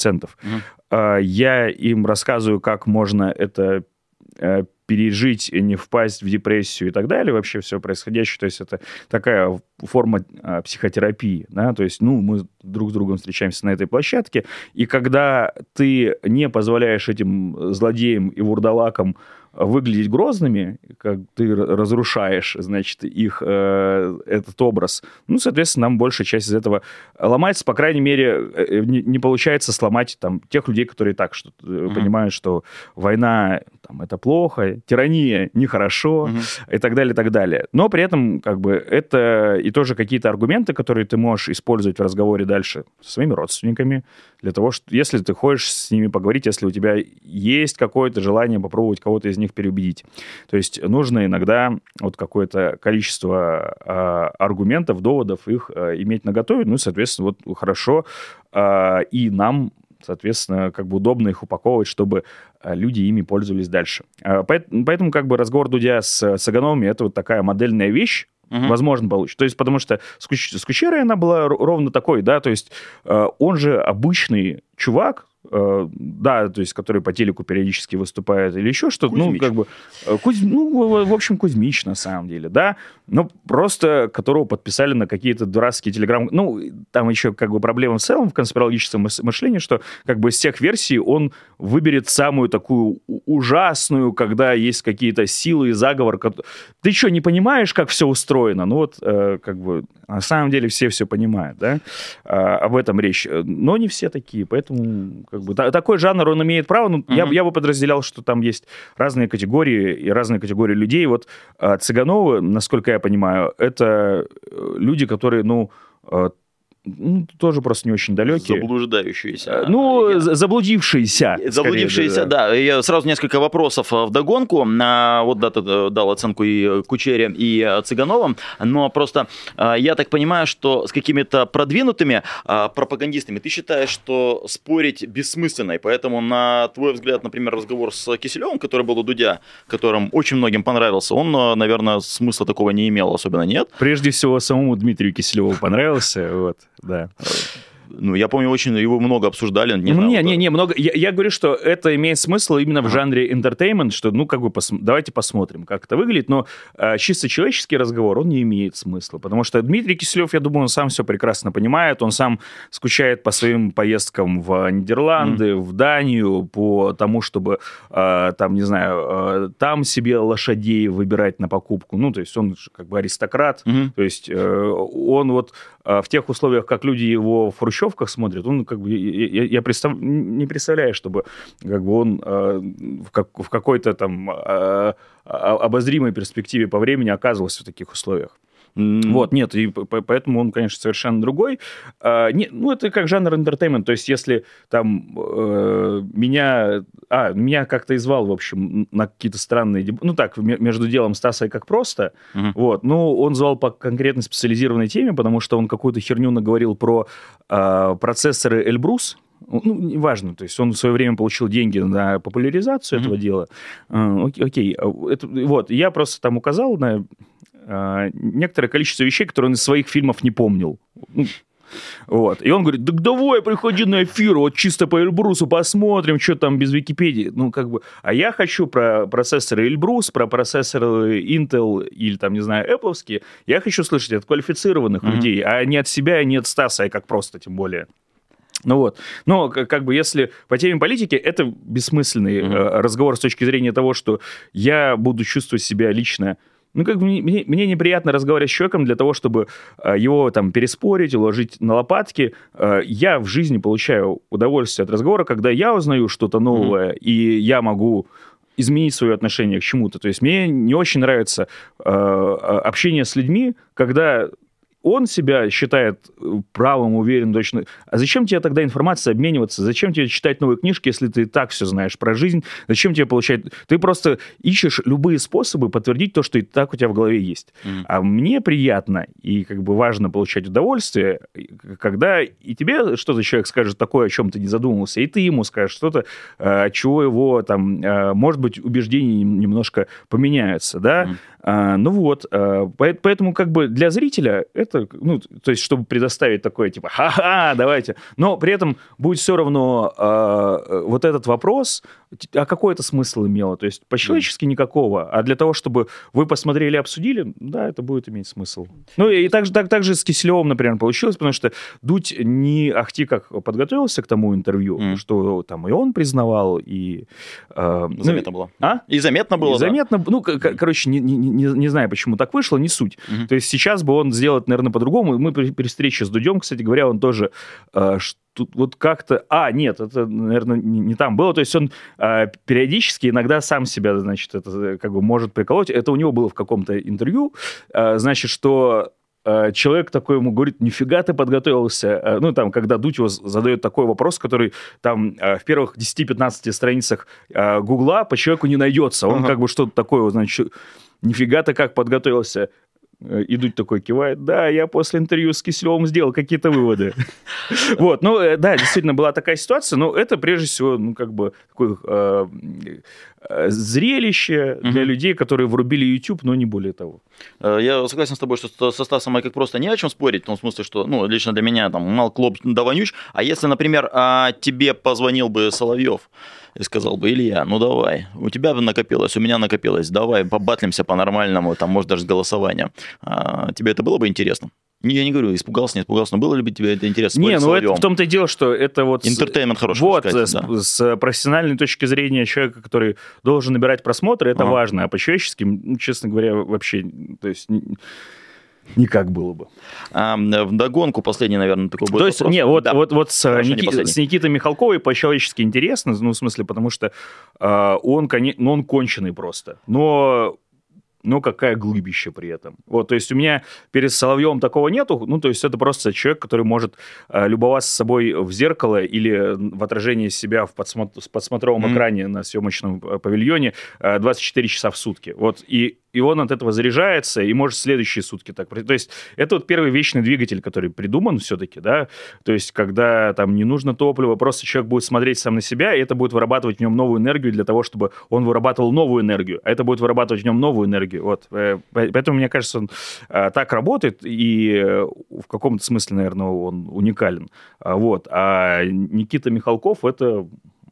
70%, я им рассказываю, как можно это пережить, не впасть в депрессию и так далее, вообще все происходящее. То есть это такая форма психотерапии, да, то есть, ну, мы друг с другом встречаемся на этой площадке, и когда ты не позволяешь этим злодеям и вурдалакам выглядеть грозными, как ты разрушаешь, значит, их этот образ, ну, соответственно, нам большая часть из этого ломается, по крайней мере, не получается сломать там тех людей, которые и так понимают, что война там, это плохо, тирания нехорошо, и так далее, и так далее. Но при этом, как бы, это и тоже какие-то аргументы, которые ты можешь использовать в разговоре дальше со своими родственниками, для того, что, если ты хочешь с ними поговорить, если у тебя есть какое-то желание попробовать кого-то из них переубедить. То есть нужно иногда вот какое-то количество аргументов, доводов, их иметь наготове, ну и, соответственно, вот хорошо и нам, соответственно, как бы удобно их упаковывать, чтобы люди ими пользовались дальше. Поэтому как бы разговор Дудя с Цыгановым — это вот такая модельная вещь, возможно, получится. То есть, потому что с Кучерой она была ровно такой, да, то есть он же обычный чувак, да, то есть, который по телеку периодически выступает или еще что-то, Кузьмич. ну, как бы, в общем, Кузьмич, на самом деле, да, но просто которого подписали на какие-то дурацкие телеграммы, ну, там еще, как бы, проблема в целом в конспирологическом мышлении, что, как бы, из всех версий он выберет самую такую ужасную, когда есть какие-то силы и заговор. Ты что, не понимаешь, как все устроено? Ну, вот, как бы, на самом деле все понимают, да, об этом речь, но не все такие, поэтому, как бы, такой жанр, он имеет право, но я бы подразделял, что там есть разные категории и разные категории людей. Вот Цыгановы, насколько я понимаю, это люди, которые, ну, тоже просто не очень далекие. Заблуждающиеся. Ну, заблудившиеся. Заблудившиеся, да. Я сразу несколько вопросов вдогонку. Вот да, ты дал оценку и Кучере, и Цыгановым, но просто я так понимаю, что с какими-то продвинутыми пропагандистами ты считаешь, что спорить бессмысленно, и поэтому, на твой взгляд, например, разговор с Киселевым, который был у Дудя, которым очень многим понравился, он, наверное, смысла такого не имел, особенно нет? Прежде всего, самому Дмитрию Киселеву понравился, вот. Да. я помню, очень его много обсуждали. Не, много. Я говорю, что это имеет смысл именно в жанре entertainment, что, давайте посмотрим, как это выглядит, но чисто человеческий разговор, он не имеет смысла, потому что Дмитрий Киселев, я думаю, он сам все прекрасно понимает, он сам скучает по своим поездкам в Нидерланды, в Данию, по тому, чтобы, там, не знаю, там себе лошадей выбирать на покупку, то есть он как бы аристократ, то есть он вот в тех условиях, как люди его в хрущевках смотрят, он как бы, я не представляю, чтобы как бы он в какой-то там обозримой перспективе по времени оказывался в таких условиях. Вот, нет, и поэтому он, конечно, совершенно другой. Это как жанр entertainment, то есть если там меня как-то и звал, в общем, на какие-то странные... между делом Стаса и «Как просто», он звал по конкретно специализированной теме, потому что он какую-то херню наговорил про процессоры Эльбрус. Неважно, то есть он в свое время получил деньги на популяризацию этого дела. Окей. Я просто там указал на некоторое количество вещей, которые он из своих фильмов не помнил. И он говорит, так давай, приходи на эфир, вот чисто по Эльбрусу посмотрим, что там без Википедии. А я хочу про процессоры Эльбрус, про процессоры Intel или, там, не знаю, Apple'овские, я хочу слышать от квалифицированных людей, а не от себя, не от Стаса, и «Как просто», тем более. Но если по теме политики, это бессмысленный разговор с точки зрения того, что я буду чувствовать себя лично. Мне неприятно разговаривать с человеком для того, чтобы его там переспорить, уложить на лопатки. Я в жизни получаю удовольствие от разговора, когда я узнаю что-то новое, и я могу изменить свое отношение к чему-то. То есть мне не очень нравится общение с людьми, когда он себя считает правым, уверен, точно. А зачем тебе тогда информация обмениваться? Зачем тебе читать новые книжки, если ты и так все знаешь про жизнь? Зачем тебе получать... Ты просто ищешь любые способы подтвердить то, что и так у тебя в голове есть. А мне приятно и как бы важно получать удовольствие, когда и тебе что-то человек скажет такое, о чем ты не задумывался, и ты ему скажешь что-то, от чего его там, может быть, убеждения немножко поменяются, да? Поэтому как бы для зрителя это, то есть чтобы предоставить такое, типа, ха-ха, давайте, но при этом будет все равно вот этот вопрос, а какой это смысл имело? То есть по-человечески никакого, а для того, чтобы вы посмотрели и обсудили, да, это будет иметь смысл. И также с Киселевым, например, получилось, потому что Дудь не ахти как подготовился к тому интервью, что там и он признавал, и... Заметно было. И заметно было, заметно, короче, не знаю, почему так вышло, не суть. То есть сейчас бы он сделал это, наверное, по-другому. Мы при встрече с Дудем, кстати говоря, он тоже вот как-то... нет, это, наверное, не там было. То есть он периодически иногда сам себя, значит, это как бы может приколоть. Это у него было в каком-то интервью. Значит, что человек такой ему говорит, нифига ты подготовился. Когда Дудь его задает такой вопрос, который там в первых 10-15 страницах Гугла по человеку не найдется. Он как бы что-то такое, значит, нифига ты как подготовился. И Дудь такой кивает, да, я после интервью с Киселевым сделал какие-то выводы. Да, действительно была такая ситуация, но это прежде всего, такое зрелище для людей, которые врубили YouTube, но не более того. Я согласен с тобой, что со Стасом как просто не о чем спорить, в том смысле, что, лично для меня там мал клоп да вонюч, а если, например, тебе позвонил бы Соловьев и сказал бы, Илья, давай, у тебя накопилось, у меня накопилось, давай побатлимся по-нормальному, там, может, даже с голосованием. Тебе это было бы интересно? Я не говорю, испугался, не испугался, но было ли тебе это интересно? Это в том-то и дело, что это вот... Интертеймент хороший. С профессиональной точки зрения человека, который должен набирать просмотры, это важно, а по-человечески, честно говоря, вообще, то есть... Никак было бы. Вдогонку последний, наверное, такой будет вопрос. Вот с Никитой Михалковой по-человечески интересно, в смысле, потому что он конченый просто. Но какая глыбища при этом. То есть у меня перед Соловьевым такого нету, то есть это просто человек, который может любоваться собой в зеркало или в отражении себя в подсмотровом экране на съемочном павильоне 24 часа в сутки. И и он от этого заряжается, и может следующие сутки так. То есть это вот первый вечный двигатель, который придуман все-таки, да, то есть когда там не нужно топливо, просто человек будет смотреть сам на себя, и это будет вырабатывать в нем новую энергию для того, чтобы он вырабатывал новую энергию, а это будет вырабатывать в нем новую энергию, вот. Поэтому, мне кажется, он так работает, и в каком-то смысле, наверное, он уникален, вот. А Никита Михалков — это...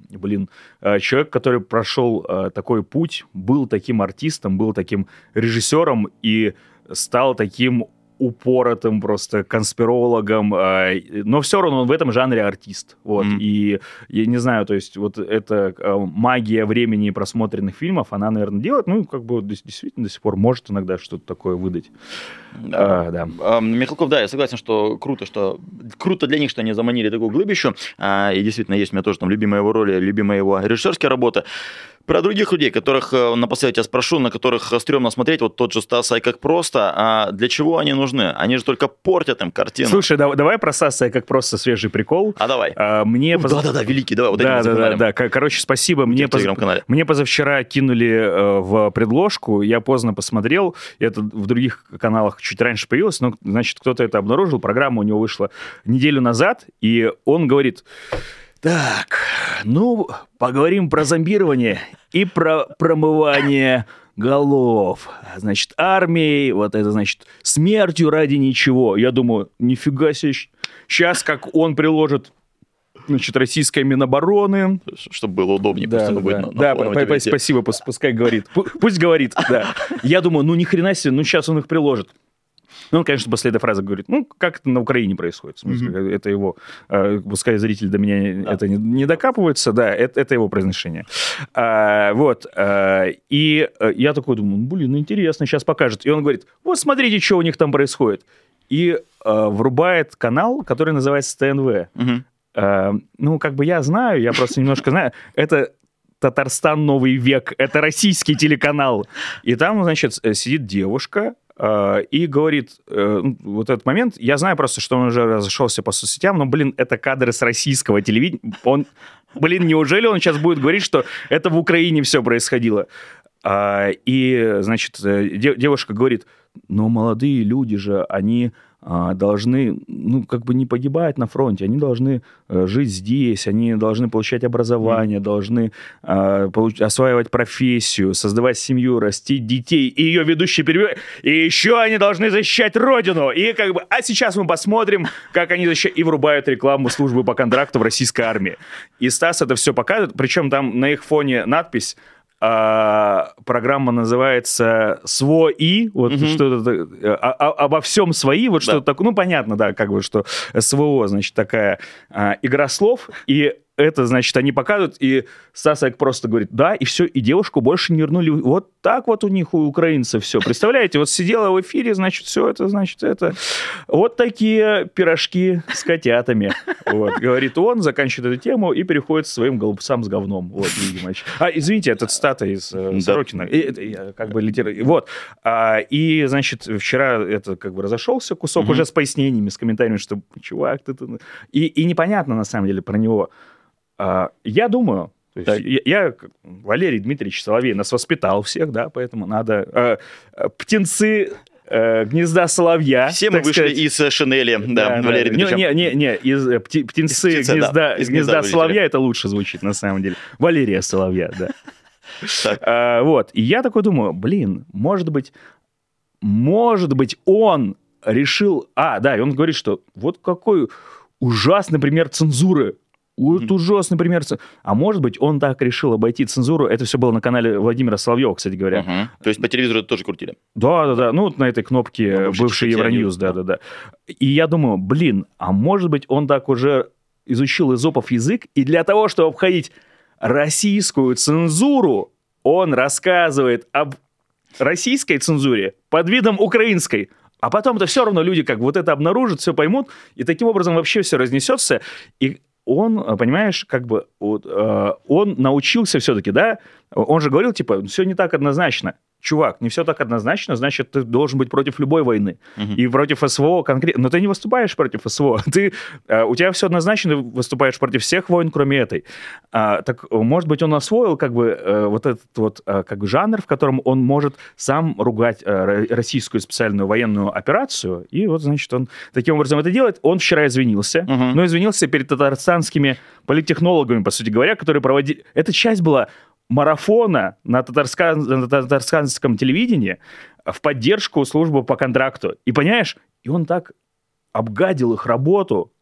человек, который прошел такой путь, был таким артистом, был таким режиссером и стал таким упоротым просто конспирологом, но все равно он в этом жанре артист. Вот. И я не знаю, то есть вот эта магия времени просмотренных фильмов, она, наверное, делает, ну, как бы действительно до сих пор может иногда что-то такое выдать. Да. Михалков, да, я согласен, что круто для них, что они заманили такую глыбищу, и действительно есть у меня тоже там любимая его роль, любимая его режиссерская работа. Про других людей, которых напоследок я спрошу, на которых стрёмно смотреть, вот тот же Стас Как просто, а для чего они нужны? Они же только портят им картину. Слушай, давай про Стаса Как просто свежий прикол. Давай. Мне Да-да-да, великий, давай, вот этим да. Короче, спасибо. Мне позавчера кинули в предложку, я поздно посмотрел, это в других каналах чуть раньше появилось, но, значит, кто-то это обнаружил, программа у него вышла неделю назад, и он говорит... Так, ну, поговорим про зомбирование и про промывание голов. Значит, армией, вот это, значит, смертью ради ничего. Я думаю, нифига себе, сейчас как он приложит, значит, российской Минобороны. Чтобы было удобнее. Да, спасибо, пускай говорит. Пусть говорит, да. Я думаю, ну, ни хрена себе, ну, сейчас он их приложит. Ну, он, конечно, после этой фразы говорит, ну, как это на Украине происходит. В смысле, это его, пускай зрители до меня это не докапываются, да, это его произношение. Вот. И я такой думаю, блин, ну, интересно, сейчас покажет. И он говорит, вот смотрите, что у них там происходит. И врубает канал, который называется ТНВ. Ну, как бы я знаю, я просто немножко знаю. Это Татарстан Новый век. Это российский телеканал. И там, значит, сидит девушка, и говорит, вот этот момент, я знаю просто, что он уже разошелся по соцсетям, но, блин, это кадры с российского телевидения. Неужели он сейчас будет говорить, что это в Украине все происходило? И, значит, девушка говорит, но молодые люди же, они должны, ну, как бы не погибать на фронте, они должны жить здесь, они должны получать образование, должны осваивать профессию, создавать семью, растить детей, и ее ведущий перебивает, и еще они должны защищать родину, и как бы, а сейчас мы посмотрим, как они защищают, и врубают рекламу службы по контракту в российской армии. И Стас это все показывает, причем там на их фоне надпись, программа называется «СВО-И», вот что-то, обо всем свои, вот что-то такое, ну, понятно, да, как бы, что СВО, значит, такая игра слов, и это, значит, они показывают, и Стасик просто говорит, да, и все, и девушку больше не вернули. Вот так вот у них, у украинцев все. Представляете, вот сидела в эфире, значит, все это, значит, это. Вот такие пирожки с котятами. Вот, говорит он, заканчивает эту тему и переходит к своим голубцам с говном. Вот, видимо. Извините, это цитата из Сорокина. Как бы вот. И, значит, вчера это как бы разошелся кусок уже с пояснениями, с комментариями, что, чувак, ты... И непонятно, на самом деле, про него. Я думаю, то есть я Валерий Дмитриевич Соловей нас воспитал всех, да, поэтому надо птенцы гнезда соловья. Все мы вышли из Шинели, да, Валерий Дмитриевич. Не, из птенцы гнезда соловья, это лучше звучит на самом деле. Валерия Соловья, да. Вот, и я такой думаю, блин, может быть, он решил... да, и он говорит, что вот какой ужасный пример цензуры. Вот ужасный пример. А может быть, он так решил обойти цензуру. Это все было на канале Владимира Соловьева, кстати говоря. То есть по телевизору это тоже крутили? Да. Ну, вот на этой кнопке бывший Евроньюз, да. И я думаю, блин, а может быть, он так уже изучил эзопов язык, и для того, чтобы обходить российскую цензуру, он рассказывает об российской цензуре под видом украинской. А потом-то все равно люди как вот это обнаружат, все поймут, и таким образом вообще все разнесется. И он, понимаешь, как бы вот, он научился все-таки, да, он же говорил, типа, все не так однозначно. чувак, не все так однозначно, значит, ты должен быть против любой войны. И против СВО конкретно. Но ты не выступаешь против СВО. У тебя все однозначно, ты выступаешь против всех войн, кроме этой. Так, может быть, он освоил как бы вот этот вот как бы жанр, в котором он может сам ругать российскую специальную военную операцию, и вот, значит, он таким образом это делает. Он вчера извинился, но извинился перед татарстанскими политтехнологами, по сути говоря, которые проводили... Эта часть была марафона на татарстанском телевидении в поддержку службы по контракту. И, понимаешь, и он так обгадил их работу.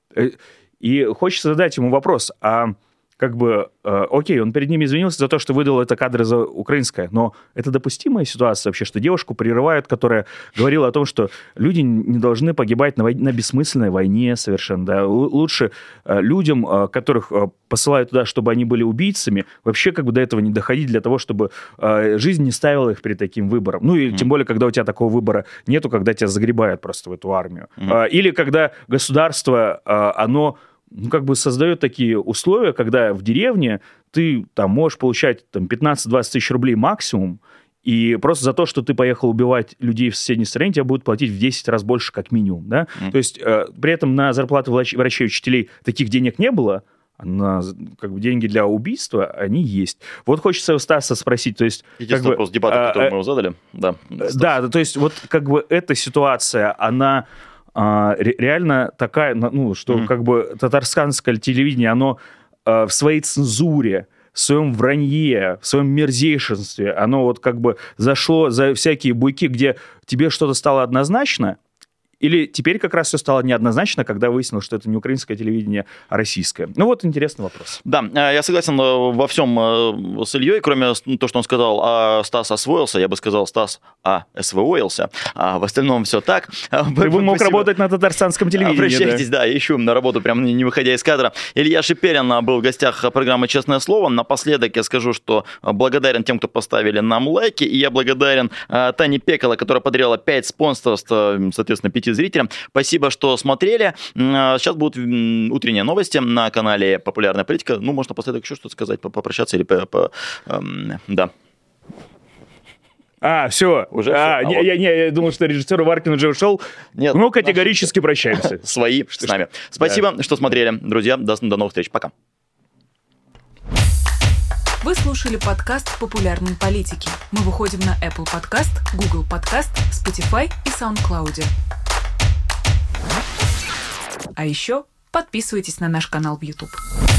И хочется задать ему вопрос, как бы, окей, он перед ними извинился за то, что выдал это кадры за украинское, но это допустимая ситуация вообще, что девушку прерывают, которая говорила о том, что люди не должны погибать на бессмысленной войне совершенно, да, лучше людям, которых посылают туда, чтобы они были убийцами, вообще как бы до этого не доходить для того, чтобы жизнь не ставила их перед таким выбором. Ну и тем более, когда у тебя такого выбора нету, когда тебя загребают просто в эту армию. Или когда государство, оно как бы создает такие условия, когда в деревне ты там можешь получать там 15-20 тысяч рублей максимум, и просто за то, что ты поехал убивать людей в соседней стране, тебя будут платить в 10 раз больше как минимум, да? То есть при этом на зарплаты врачей, учителей таких денег не было, на как бы деньги для убийства, они есть. Вот хочется у Стаса спросить, то есть... Единственный вопрос дебата, который мы его задали. Да, да, то есть вот как бы эта ситуация, она... реально такая, ну, что как бы татарстанское телевидение, оно в своей цензуре, в своем вранье, в своем мерзейшинстве, оно вот как бы зашло за всякие буйки, где тебе что-то стало однозначно, или теперь как раз все стало неоднозначно, когда выяснилось, что это не украинское телевидение, а российское? Ну вот интересный вопрос. Да, я согласен во всем с Ильей, кроме того, что он сказал, Стас освоился, я бы сказал, Стас СВОился, а в остальном все так. Ты бы мог работать на татарстанском телевидении. Обращайтесь, да, ищу на работу, прям не выходя из кадра. Илья Шиперин был в гостях программы «Честное слово». Напоследок я скажу, что благодарен тем, кто поставили нам лайки, и я благодарен Тане Пекало, которая подарила 5 спонсорств, соответственно, 5 зрителям. Спасибо, что смотрели. Сейчас будут утренние новости на канале «Популярная политика». Ну, можно напоследок еще что-то сказать, попрощаться или да. Все. Уже все. Я думал, что режиссер Варкин уже ушел. Нет. Ну, категорически прощаемся. Свои с нами. Спасибо, что смотрели. Друзья, до новых встреч. Пока. Вы слушали подкаст «Популярной политики». Мы выходим на Apple Podcast, Google Podcast, Spotify и SoundCloud. А еще подписывайтесь на наш канал в YouTube.